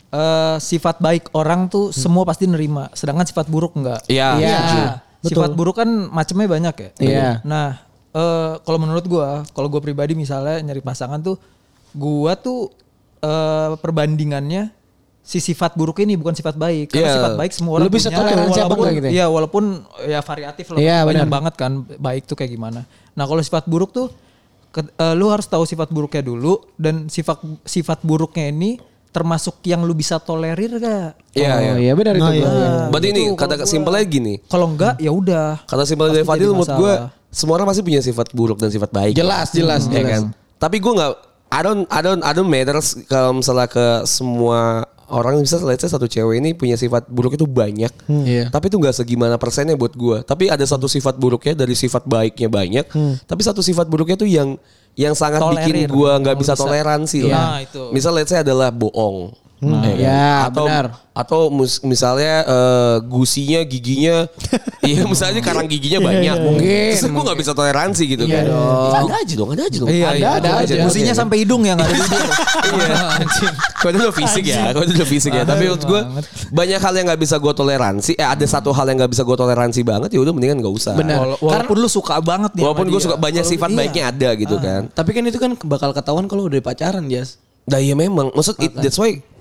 sifat baik orang tuh semua pasti nerima, sedangkan sifat buruk enggak. Iya. Iya. setuju. Sifat buruk kan macamnya banyak ya. Iya. Nah, kalau menurut gue, kalau gue pribadi misalnya nyari pasangan tuh, gue tuh perbandingannya si sifat buruk ini bukan sifat baik. Karena Iya. sifat baik semua orang Lu bisa punya. toleransi apa enggak gitu ya? Iya, walaupun ya variatif lah. Iya, banyak benar. banget kan baik tuh kayak gimana. Nah, kalau sifat buruk tuh lu harus tahu sifat buruknya dulu dan sifat buruknya ini termasuk yang lu bisa tolerir gak? Iya, iya. Oh iya benar itu. Nah, iya, iya. Berarti ini Itu kata kalau gua- simpelnya gini. Kalau enggak ya udah. Kata simpelnya dari Pasti Fadil jadi menurut gue masalah. semua orang pasti punya sifat buruk dan sifat baik. Jelas, jelas, Ya jelas. kan? Tapi gue nggak I don't matters kalau misalnya ke semua orang, bisa let's say satu cewek ini punya sifat buruk itu banyak. Iya. Tapi itu nggak segimana persennya buat gue. Tapi ada satu sifat buruknya dari sifat baiknya banyak. Tapi satu sifat buruknya tuh yang sangat bikin Tolerir. gue nggak Kalau bisa bisa. toleransi Iya. lah. Nah, itu. Misal let's say adalah bohong. Ya, atau benar. atau misalnya gusinya giginya iya misalnya karang giginya banyak Mungkin, terus gue nggak bisa toleransi gitu Iya kan. dong. Ada aja dong ada aja. Musinya sampai hidung ya nggak ada bibir. iya anjing kau itu udah fisik ya tapi menurut gue banyak hal yang nggak bisa gue toleransi ada satu hal yang nggak bisa gue toleransi banget ya udah mendingan nggak usah. Benar. Walaupun lu suka banget nih. Walaupun sama gue dia. suka banyak Kalau- sifat iya. baiknya ada gitu kan. Tapi kan itu kan bakal ketahuan kalau udah pacaran, Jas. Nah iya memang maksud that's why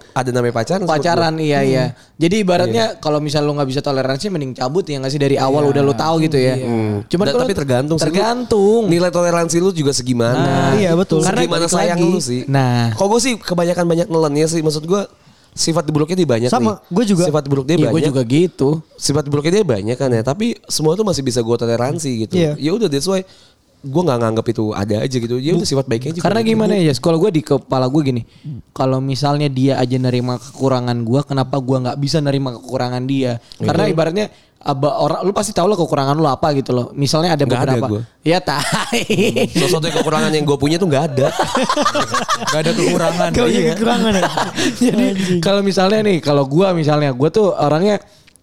ada namanya pacaran. Iya. Jadi ibaratnya kalau misal lu nggak bisa toleransi mending cabut ya nggak sih dari awal udah lu tahu gitu ya. Cuman tapi tergantung sih, tergantung nilai toleransi lu juga segimana. Iya betul. Karena gimana sayang lu sih. Nah, kok gue sih kebanyakan banyak nelennya sih. Maksud gue sifat buruknya dia banyak sama, nih. gue juga. Sifat buruk dia gue banyak. juga gitu. Sifat buruknya dia banyak kan ya. Tapi semua tuh masih bisa gue toleransi gitu. Iya. Ya udah that's why gue nggak nganggap itu ada aja gitu. Ya udah sifat baiknya juga. Karena gimana ya, kalau gue di kepala gue gini, kalau misalnya dia aja nerima kekurangan gue, kenapa gue nggak bisa nerima kekurangan dia? Karena ibaratnya orang lu pasti tahu lah kekurangan lu apa gitu loh. Misalnya ada Nggak ada beberapa. gua. Ya tai. sesuatu kekurangan yang gue punya tuh nggak ada. Gak ada kekurangan. Kau punya kekurangan ya. Jadi kalau misalnya nih, kalau gue tuh orangnya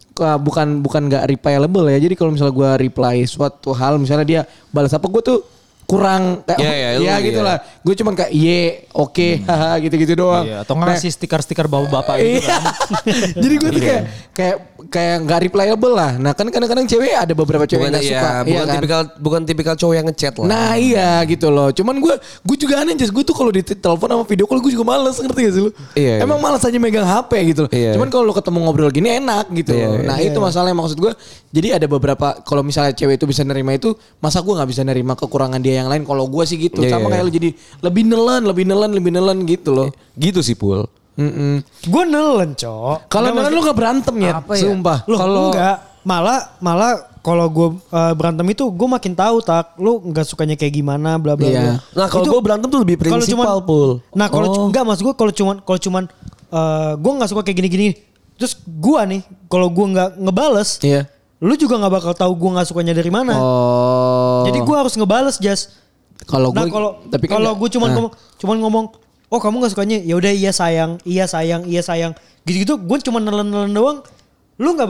bukan nggak replayable ya. Jadi kalau misalnya gue reply suatu hal, misalnya dia balas apa, gue tuh kurang kayak gitulah. Gue cuman kayak oke, haha gitu-gitu doang. Iya, atau ngasih stiker-stiker bapak-bapak gitu kan. Jadi gue tuh kayak nggak replayable lah. Nah kan kadang-kadang cewek ada beberapa cewek yang nggak suka. Bukan tipikal cowok yang ngechat lah. Nah iya gitu loh. Cuman gue juga aneh, gue tuh kalau di telepon sama video call gue juga males, ngerti gak sih lu? Iya, Emang malas aja megang HP gitu loh. Iya. Cuman kalau lu ketemu ngobrol gini enak gitu. Nah itu masalahnya, maksud gue. Jadi ada beberapa, kalau misalnya cewek itu bisa nerima itu, masa gue nggak bisa nerima kekurangan dia yang lain? Kalau gue sih gitu. Sama kayak lu, jadi lebih nelen gitu loh. Gitu sih Pul. Gue nelen, Cok. Kalau nelen lu gak berantem ya? Sumpah. Loh, enggak. Malah kalau gue berantem itu gue makin tahu lu nggak sukanya kayak gimana bla bla bla. Nah kalau gue berantem tuh lebih prinsipal Pul. Nah kalau enggak, maksud gue kalau cuman gue nggak suka kayak gini-gini, terus gue nih kalau gue nggak ngebales, lu juga nggak bakal tahu gue nggak sukanya dari mana. Jadi gue harus ngebales, Jas. Kalau gue cuman ngomong, oh kamu nggak sukanya, ya udah iya sayang, gitu-gitu, gue cuma nelen doang. Lu nggak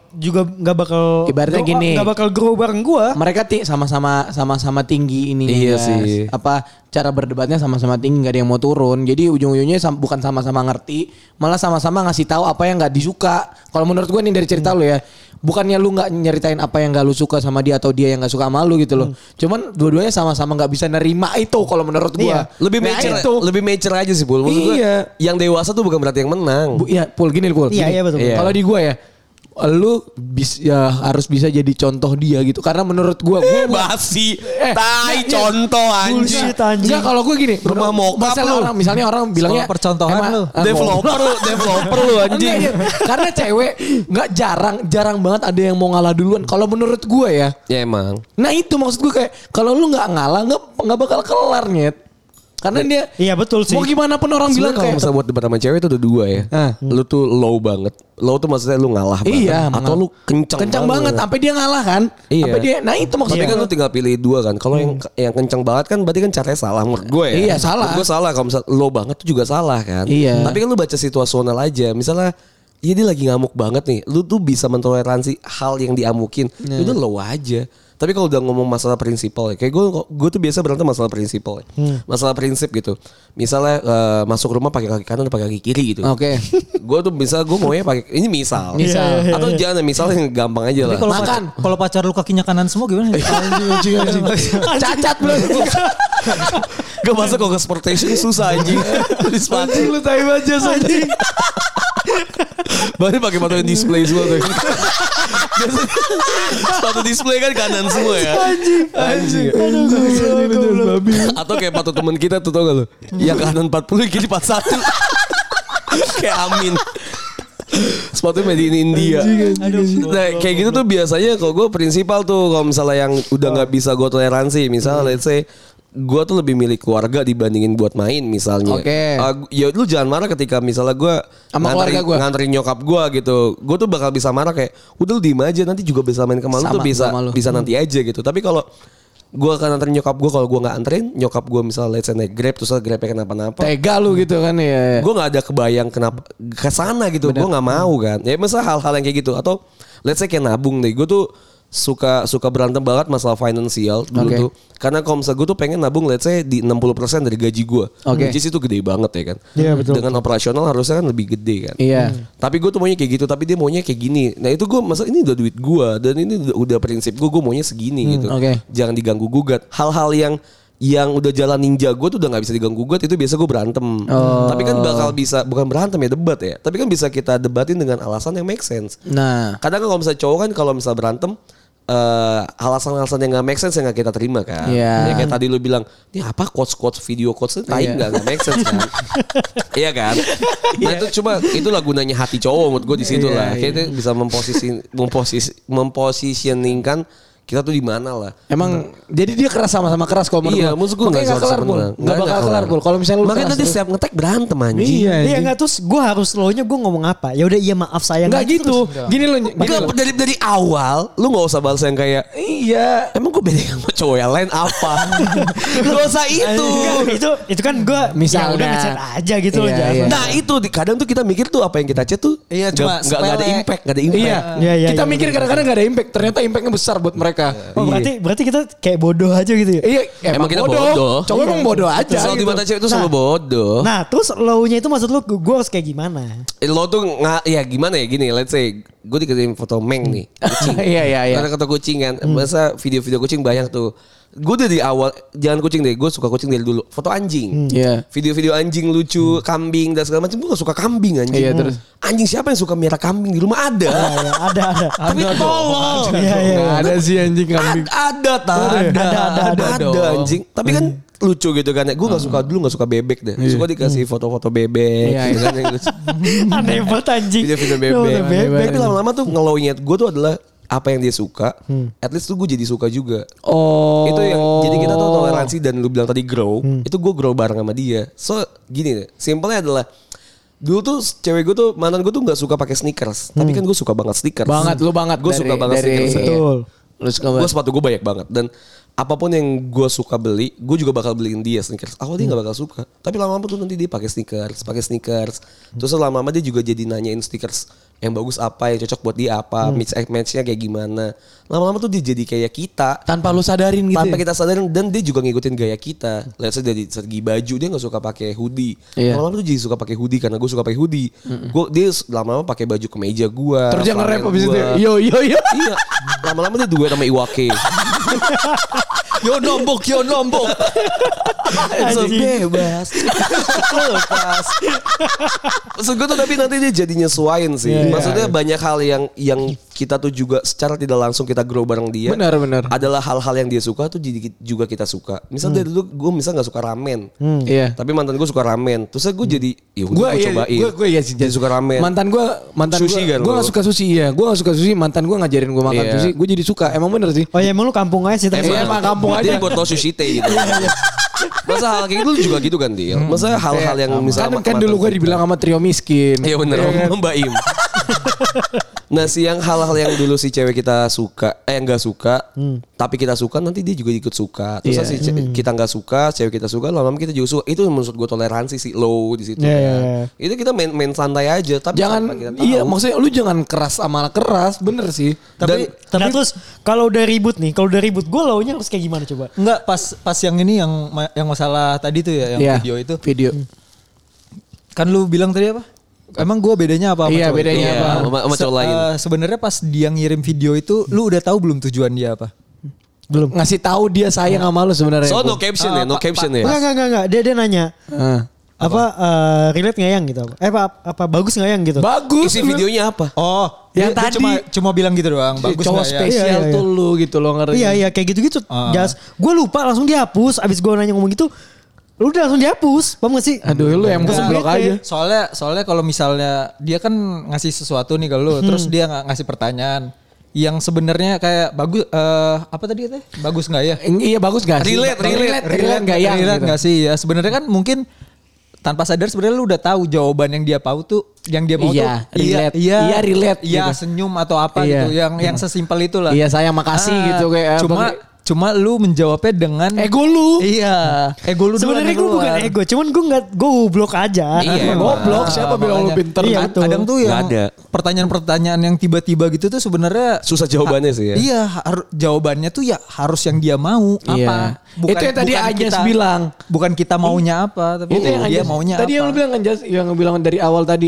bakal ibaratnya gini, nggak bakal grow bareng gue. Mereka sama-sama tinggi ini. Iya sih. Apa cara berdebatnya sama-sama tinggi, nggak ada yang mau turun. Jadi ujung-ujungnya bukan sama-sama ngerti, malah sama-sama ngasih tahu apa yang nggak disuka. Kalau menurut gue nih dari cerita lu ya, bukannya lu nggak nyeritain apa yang nggak lu suka sama dia atau dia yang nggak suka sama lu gitu loh. Cuman dua-duanya sama-sama nggak bisa nerima itu kalau menurut gue. Iya. Lebih mature aja sih Pul. Maksud gue, yang dewasa tuh bukan berarti yang menang. Iya Pul, gini Pul. Iya betul. Kalau di gue ya, lu harus bisa jadi contoh dia gitu, karena menurut gue basi contoh anjing. Enggak, kalau gue gini, rumah mokap lu. misalnya orang bilangnya percontohan lu. Developer lu anjing. Karena cewek jarang banget ada yang mau ngalah duluan kalau menurut gue ya. Ya emang. Nah itu maksud gue, kayak kalau lu nggak ngalah nggak bakal kelar nyet. Karena dia, iya betul sih. Mau gimana pun orang bilang kalau misalnya buat debat sama cewek itu ada dua ya. Lu tuh low banget. Low tuh maksudnya lu ngalah banget. Iya, atau lu kencang banget sampai dia ngalah kan. Iya. Sampai dia, nah itu maksudnya. Tapi kan lu tinggal pilih dua kan. Kalau yang kencang banget kan berarti kan caranya salah menurut gue ya. Iya salah. Menurut gue salah. Kalau misalnya low banget tuh juga salah kan. Iya. Tapi kan lu baca situasional aja. Misalnya dia lagi ngamuk banget nih. Lu tuh bisa mentoleransi hal yang diamukin. Lu udah low aja. Tapi kalau udah ngomong masalah prinsipal ya, kayak gue tuh biasa berantem masalah prinsipal ya. Masalah prinsip gitu. Misalnya masuk rumah pakai kaki kanan atau pakai kaki kiri gitu. Oke. Gue tuh gue maunya pakai ini misal. Atau jangan misal yang gampang aja lah. Kalau pacar lu kakinya kanan semua gimana? Cacat belum. Gak masuk kok ke sportation susah anjing. Anjing lu tai aja anjing. Berarti pakai sepatu display semua tuh. Sepatu display kan kanan semua ya. Anjing. Atau kayak sepatu temen kita tuh, tau gak lu? Yang kanan 40, kiri 41. Kayak Amin. Sepatu made in India. Nah kayak gitu tuh biasanya kalau gue prinsipal tuh. Kalau misalnya yang udah gak bisa gue toleransi. Misalnya let's say gue tuh lebih milih keluarga dibandingin buat main misalnya. Oke. Ya lu jangan marah ketika misalnya gue nganterin nyokap gue gitu. Gue tuh bakal bisa marah kayak udah lu diem aja, nanti juga bisa main ke malu tuh bisa nanti aja gitu. Tapi kalau gue akan anterin nyokap gue, kalau gue nggak anterin nyokap gue misalnya let's say naik Grab, terus Grabnya kenapa-napa, tega lu gitu kan ya. Gue nggak ada kebayang kenapa kesana gitu. Gue nggak mau kan. Ya misalnya hal-hal yang kayak gitu. Atau let's say kayak nabung deh. Gue tuh suka berantem banget masalah finansial dulu tuh. Karena kalau misalnya gue tuh pengen nabung let's say di 60% dari gaji gue. Which is itu gede banget ya kan. Iya betul. Dengan operasional harusnya kan lebih gede kan. Iya. Tapi gue tuh maunya kayak gitu, tapi dia maunya kayak gini. Nah itu gue masa ini udah duit gue dan ini udah prinsip gue maunya segini gitu. Jangan diganggu gugat. Hal-hal yang yang udah jalan ninja gue tuh udah nggak bisa diganggu gugat, itu biasa gue berantem. Tapi kan bakal bisa, bukan berantem ya, debat ya. Tapi kan bisa kita debatin dengan alasan yang make sense. Nah, Kadang kalau misalnya cowok kan kalau misalnya berantem alasan-alasan yang gak make sense yang gak kita terima kan. Iya. Ya kayak tadi lu bilang, ini apa quotes video quotes itu tai gak make sense kan. Iya kan. Nah itu cuma itulah gunanya hati cowok menurut gue di situ lah. Kayak itu bisa mempositioningkan kita tuh di mana lah. emang jadi dia keras sama-sama keras kalau menurut Iya, gua. maksud gua Makanya nggak nggak kelar, Pul. 100% Nggak bakal kelar, Pul. Kalau misalnya lu Makanya keras nanti terus. setiap ngetek berantem anjing. Iya enggak, terus gue harus slownya gue ngomong apa? Ya udah iya maaf saya Enggak gitu. Gini lo. Enggak, dari awal lu gak usah balas yang kayak, Iya. emang gue beda sama cowok yang lain apa? Gak usah itu. Itu kan gue Misalnya. ya udah ngechat aja gitu loh. Iya, jangan. iya. Nah itu kadang tuh kita mikir tuh apa yang kita chat tuh Iya, cuma nggak ada sepele. impact, nggak ada impact. Iya. Iya, Kita iya, mikir kadang-kadang gak ada impact. Ternyata impactnya besar buat mereka. Oh berarti kita kayak bodoh aja gitu ya? Iya, Emang kita bodoh. Cowok emang bodoh aja. Selalu di gitu. mata cewek itu selalu bodoh. Nah terus low-nya itu maksud lu gue harus kayak gimana? Lo tuh nggak, ya gimana ya gini, let's say gue dikirimin foto Meng nih, kucing. Iya. Karena kata kucing kan, masa video-video kucing banyak tuh. Gue dari awal, jangan kucing deh, gue suka kucing dari dulu. Foto anjing, Iya. video-video anjing lucu, kambing dan segala macam. Gue gak suka kambing anjing. Iya, terus? Anjing siapa yang suka merah kambing di rumah ada? Ya, ada. Tapi tolong. Iya. Nggak ada sih anjing kambing. Ada anjing. Tapi kan lucu gitu kan. Gue gak suka dulu, gak suka bebek deh. Suka dikasih foto-foto bebek. Iya, gitu kan, yang lucu. Aneh banget anjing. Video-video bebek. Tapi lama-lama tuh ngelownya gue tuh adalah apa yang dia suka. At least tuh gue jadi suka juga. Oh. Itu yang jadi kita tuh toleransi dan lu bilang tadi grow. Itu gue grow bareng sama dia. So gini deh, simpelnya adalah dulu tuh cewek gue tuh, mantan gue tuh nggak suka pakai sneakers. Tapi kan gue suka banget sneakers. Lu banget. Gue suka banget sneakers. Betul. Lu suka Gue banget. sepatu gue banyak banget. Dan apapun yang gue suka beli, gue juga bakal beliin dia sneakers. Awal dia gak bakal suka. Tapi lama-lama tuh nanti dia pakai sneakers. Terus lama-lama dia juga jadi nanyain sneakers yang bagus apa, yang cocok buat dia apa, match-nya kayak gimana. Lama-lama tuh dia jadi kayak kita. Tanpa lu sadarin gitu. Tanpa ya? kita sadarin, dan dia juga ngikutin gaya kita. Lihat saya dari segi baju dia nggak suka pakai hoodie. Iya. Lama-lama tuh jadi suka pakai hoodie karena gue suka pakai hoodie. Dia lama-lama pakai baju kemeja gue. Terus dia nge-rap abis itu. gua. Yo. Iya. Lama-lama dia duet sama Iwake. Yo nombok. So, bebas. Lepas. Maksud gue tuh tapi nanti dia jadi nyesuain sih. Maksudnya banyak hal yang kita tuh juga secara tidak langsung kita grow bareng dia. Benar. Adalah hal-hal yang dia suka tuh jadi juga kita suka. Misal dari dulu gue misal gak suka ramen. Iya. Tapi mantan gue suka ramen. Terus gue jadi ya Gue gue cobain. Gue iya sih jadi suka ramen. Mantan gue Sushi kan gue lu? gak suka sushi. Iya, gue gak suka sushi. Mantan gue ngajarin gue makan Iya. sushi. Gue jadi suka. Emang bener sih. Oh ya emang lu kampung aja sih. tapi- Emang kampung aja. Dia buat lo sushi teh gitu. Masa hal kayak gitu lu juga gitu kan Dil? Masa hal-hal yang misalnya Kan dulu gue dibilang sama trio miskin. iya bener Mbak Im. Nah yang hal-hal yang dulu si cewek kita suka nggak suka tapi kita suka, nanti dia juga ikut suka. Terus si kita nggak suka, cewek kita suka, lama-lama kita juga suka. Itu menurut gue toleransi sih low di situ. Iya. Itu kita main santai aja, tapi Jangan, tanpa kita tahu. iya maksudnya lu jangan keras sama keras. Bener sih. Tapi terus kalau udah ribut gue launya harus kayak gimana coba? Enggak, pas yang ini yang masalah tadi tuh ya, yang Iya, video itu. Video. Kan lu bilang tadi apa? Emang gue bedanya apa sama Iya, cowok bedanya itu? apa? Sama cowok lain. Sebenarnya pas dia ngirim video itu, lu udah tahu belum tujuan dia apa? Belum. Ngasih tahu dia sayang sama lu sebenarnya. So no caption ya, no caption ya. Enggak. Dia nanya relate nggak yang gitu? Apa bagus nggak yang gitu? Bagus. Isi videonya apa? Oh, Yang dia tadi. cuma bilang gitu doang. Bagus cowok nggak ya? spesial Iya. tuh lu gitu loh ngerti. Iya kayak gitu-gitu. Jas, gue lupa langsung dihapus. Abis gue nanya ngomong gitu, lu udah langsung dihapus. Paham gak sih? Aduh lu yang Langsung blok bete. aja. Soalnya kalau misalnya dia kan ngasih sesuatu nih ke lu, terus dia nggak ngasih pertanyaan yang sebenarnya kayak bagus apa tadi katanya? Bagus nggak ya? Iya bagus gak sih? Relate gak ya? Relate Gitu. nggak sih ya? Sebenarnya kan mungkin tanpa sadar sebenarnya lu udah tahu jawaban yang dia mau tuh, yang dia mau Iya, tuh relate. Iya, relate iya gitu. senyum atau apa Iya. gitu, yang sesimpel itulah. Iya sayang makasih gitu kayak. Cuma lu menjawabnya dengan ego lu. Iya, ego lu Sebenarnya gue bukan ego, cuman gue goblok aja. Iya, Goblok siapa bilang lu pinter? Iya, betul. Kadang tuh yang Nggak ada. pertanyaan-pertanyaan yang tiba-tiba gitu tuh sebenarnya Susah jawabannya sih ya. Iya, jawabannya tuh ya harus yang dia mau Iya. apa. Itu yang tadi Agnes bilang. Bukan kita maunya apa, tapi Itu yang dia Anjas- maunya tadi apa. yang lu bilang kan Jas, yang lu bilang dari awal tadi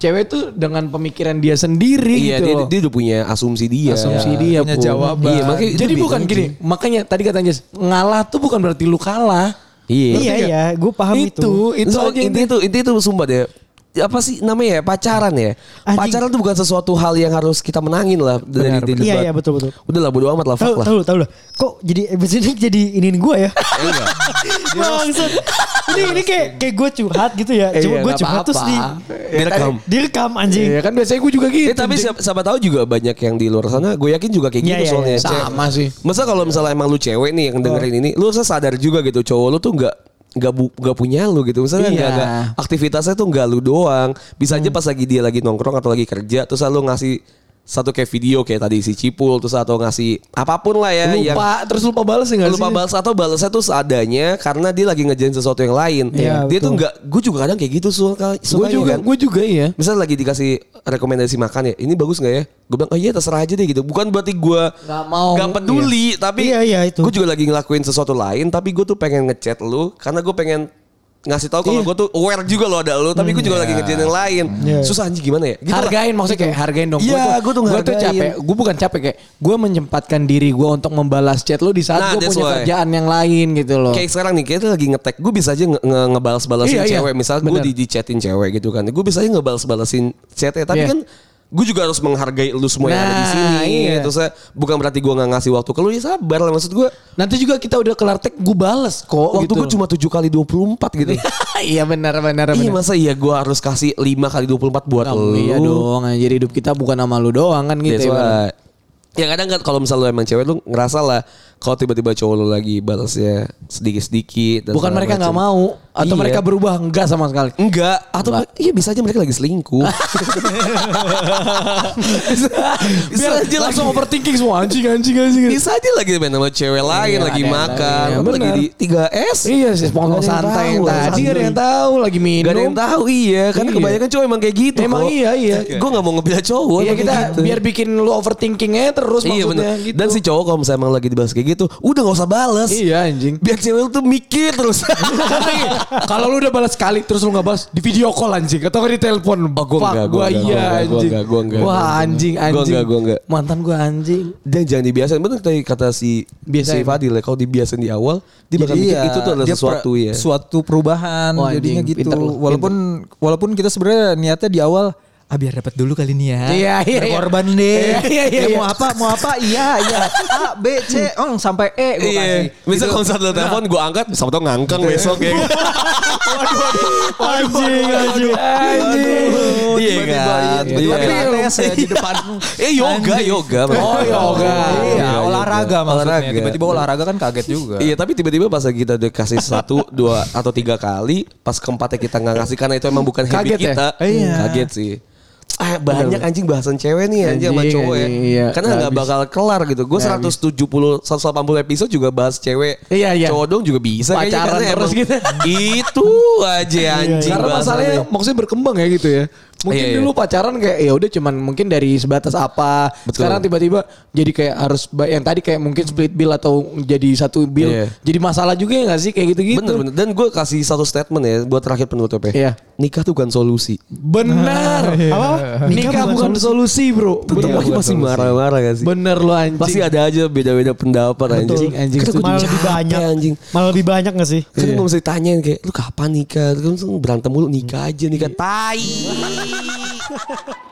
cewek tuh dengan pemikiran dia sendiri Iya, gitu. dia udah punya asumsi dia. Dia punya Pul. jawaban. Iya, makanya itu Jadi beda bukan anjing. gini, makanya tadi katanya ngalah tuh bukan berarti lu kalah. Iya. Gue paham itu. Itu So, aja inti itu sumpah deh. Apa sih namanya ya, pacaran ya? Anjing. Pacaran tuh bukan sesuatu hal yang harus kita menangin lah dari debat. Iya betul. Udah lah, bodo amat lah, fuck lah. Tahu lah. Kok jadi episode ini jadi iniin gue ya? Enggak. Maksud ini kayak gue curhat gitu ya. Cuma gue nggak curhat terus Direkam. direkam anjing. Iya kan biasanya gue juga gitu. Tapi siapa tahu juga banyak yang di luar sana, gue yakin juga kayak gitu Iya, soalnya. sama sih. Masa kalau misalnya emang lu cewek nih yang dengerin ini, lu harusnya sadar juga gitu, cowok lu tuh nggak punya lu gitu. Misalnya Iya. nggak aktivitasnya tuh nggak lu doang. Bisa aja pas lagi dia lagi nongkrong atau lagi kerja, terus lu ngasih satu kayak video kayak tadi si Cipul, terus atau ngasih apapun lah ya yang Terus lupa balas ya nggak sih? lupa balas atau balasnya tuh seadanya karena dia lagi ngerjain sesuatu yang lain. Iya, Dia betul. tuh nggak, gue juga kadang kayak gitu Gue juga iya. Misalnya lagi dikasih rekomendasi makan ya, ini bagus nggak ya? Gue bilang, oh iya terserah aja deh gitu. Bukan berarti gue Nggak mau, nggak peduli, tapi Iya, itu. gue juga lagi ngelakuin sesuatu lain, tapi gue tuh pengen ngechat lu karena gue pengen ngasih tahu kalau gue tuh aware juga lo ada lu, tapi gue juga lagi ngerjain yang lain. Iya. Susah anjing gimana ya? Gitu lah. Hargain maksudnya kayak hargain dong. Iya, gua tuh gue tuh ngehargain. capek. Gue bukan capek kayak gue menyempatkan diri gue untuk membalas chat lu di saat Nah, gue that's punya why. kerjaan yang lain gitu loh. Kayak sekarang nih, kita lagi ngetek, gue bisa aja ngebalas-balasin Iya, iya. cewek. Misalnya gue Bener. di chatin cewek gitu kan, gue bisa aja ngebalas-balasin chatnya. Tapi Iya. kan gue juga harus menghargai lu semua yang ada di Nah, sini. iya. Terus bukan berarti gue nggak ngasih waktu ke lu, ya sabar lah. Maksud gue, Nanti juga kita udah kelar tek gue bales kok. waktu gitu. gue cuma 7x24 gitu. Iya benar. Iya, masa iya gue harus kasih 5x24 buat lu? Iya dong. Jadi hidup kita bukan sama lu doang kan gitu. That's ya, why. Ya kadang kan kalau misalnya lu emang cewek, lu ngerasa lah kalau tiba-tiba cowok lu lagi balasnya sedikit-sedikit. dan Bukan segala mereka nggak macem. mau atau Iya. mereka berubah enggak sama sekali. Enggak, atau iya bisa aja mereka lagi selingkuh. Biar dia langsung overthinking semua anjing. Bisa aja lagi main sama cewek lain, Iya, lagi ada yang makan, lain. apa lagi Benar. di 3S. Iya sih, Nggak ngomong ada yang santai yang tahu, tadi gak ada yang tahu lagi minum. Gak ada yang tahu, iya. Karena Iya. kebanyakan cowok emang kayak gitu. Emang kok. iya. Gue gak mau ngebela cowok. Iya emang kita kayak gitu. biar bikin lu overthinking aja terus Iya maksudnya bener. gitu. Dan si cowok kalau misalnya emang lagi dibahas kayak gitu, udah gak usah balas. Iya anjing. Biar cewek lu tuh mikir terus. Kalau lu udah balas sekali terus lu gak balas di video call anjing atau di telepon. Oh, gua enggak, gua enggak, iya anjing. gua enggak. Wah anjing. Gua enggak. Mantan gua anjing. Dan jangan dibiasain. Bener tadi kata si Biasain. Fadil ya. Kalau dibiasain di awal, dia bakal Jadi mikir iya, itu tuh adalah dia sesuatu ya. Suatu perubahan Oh, anjing, jadinya gitu. pinter lu, Walaupun kita sebenarnya niatnya di awal biar dapat dulu kali ini ya. Iya. Berkorban deh. Iya. Ya, mau apa? Iya. A, B, C, sampai E gue kasih. Misal kalau saat lo telepon gue angkat, sama tau ngangkang besok ya. Anjing. Iya kan. Tiba-tiba Iya. tes ya di depan. Yoga. Oh, yoga. Iya, olahraga maksudnya. Olahraga. Tiba-tiba olahraga kan kaget juga. Iya, tapi tiba-tiba pas kita udah kasih 1, 2, atau 3 kali, pas keempatnya kita nggak ngasih karena itu emang bukan habit Kaget ya? kita. Iya. Kaget sih. Banyak anjing bahasan cewek nih anjing sama Anjing, cowok ya. iya. Karena nggak bakal kelar gitu. Gue 180 episode juga bahas cewek. Iya. Cowok dong juga bisa kayaknya, Pacaran karena terus emang gitu. Itu aja anjing. Karena masalahnya bahasannya. maksudnya berkembang ya gitu ya. Mungkin Iya. dulu pacaran kayak ya udah cuman mungkin dari sebatas apa. Betul. Sekarang tiba-tiba jadi kayak harus yang tadi kayak mungkin split bill atau jadi satu bill. Iya. Jadi masalah juga ya gak sih kayak gitu-gitu. Bener. Dan gue kasih satu statement ya buat terakhir penutup ya. Iya. Nikah tuh bukan solusi. Benar. Apa? Nikah bukan solusi, Bro. Tetep Bener. lagi masih marah-marah gak sih? Bener lo anjing. Pasti ada aja beda-beda pendapat anjing. Anjing, Karena gue Malah juga lebih capek, banyak. anjing. Malah lebih banyak gak sih? Kan gue mesti ditanyain kayak lu kapan nikah? Terus berantem mulu nikah aja nikah. Tai.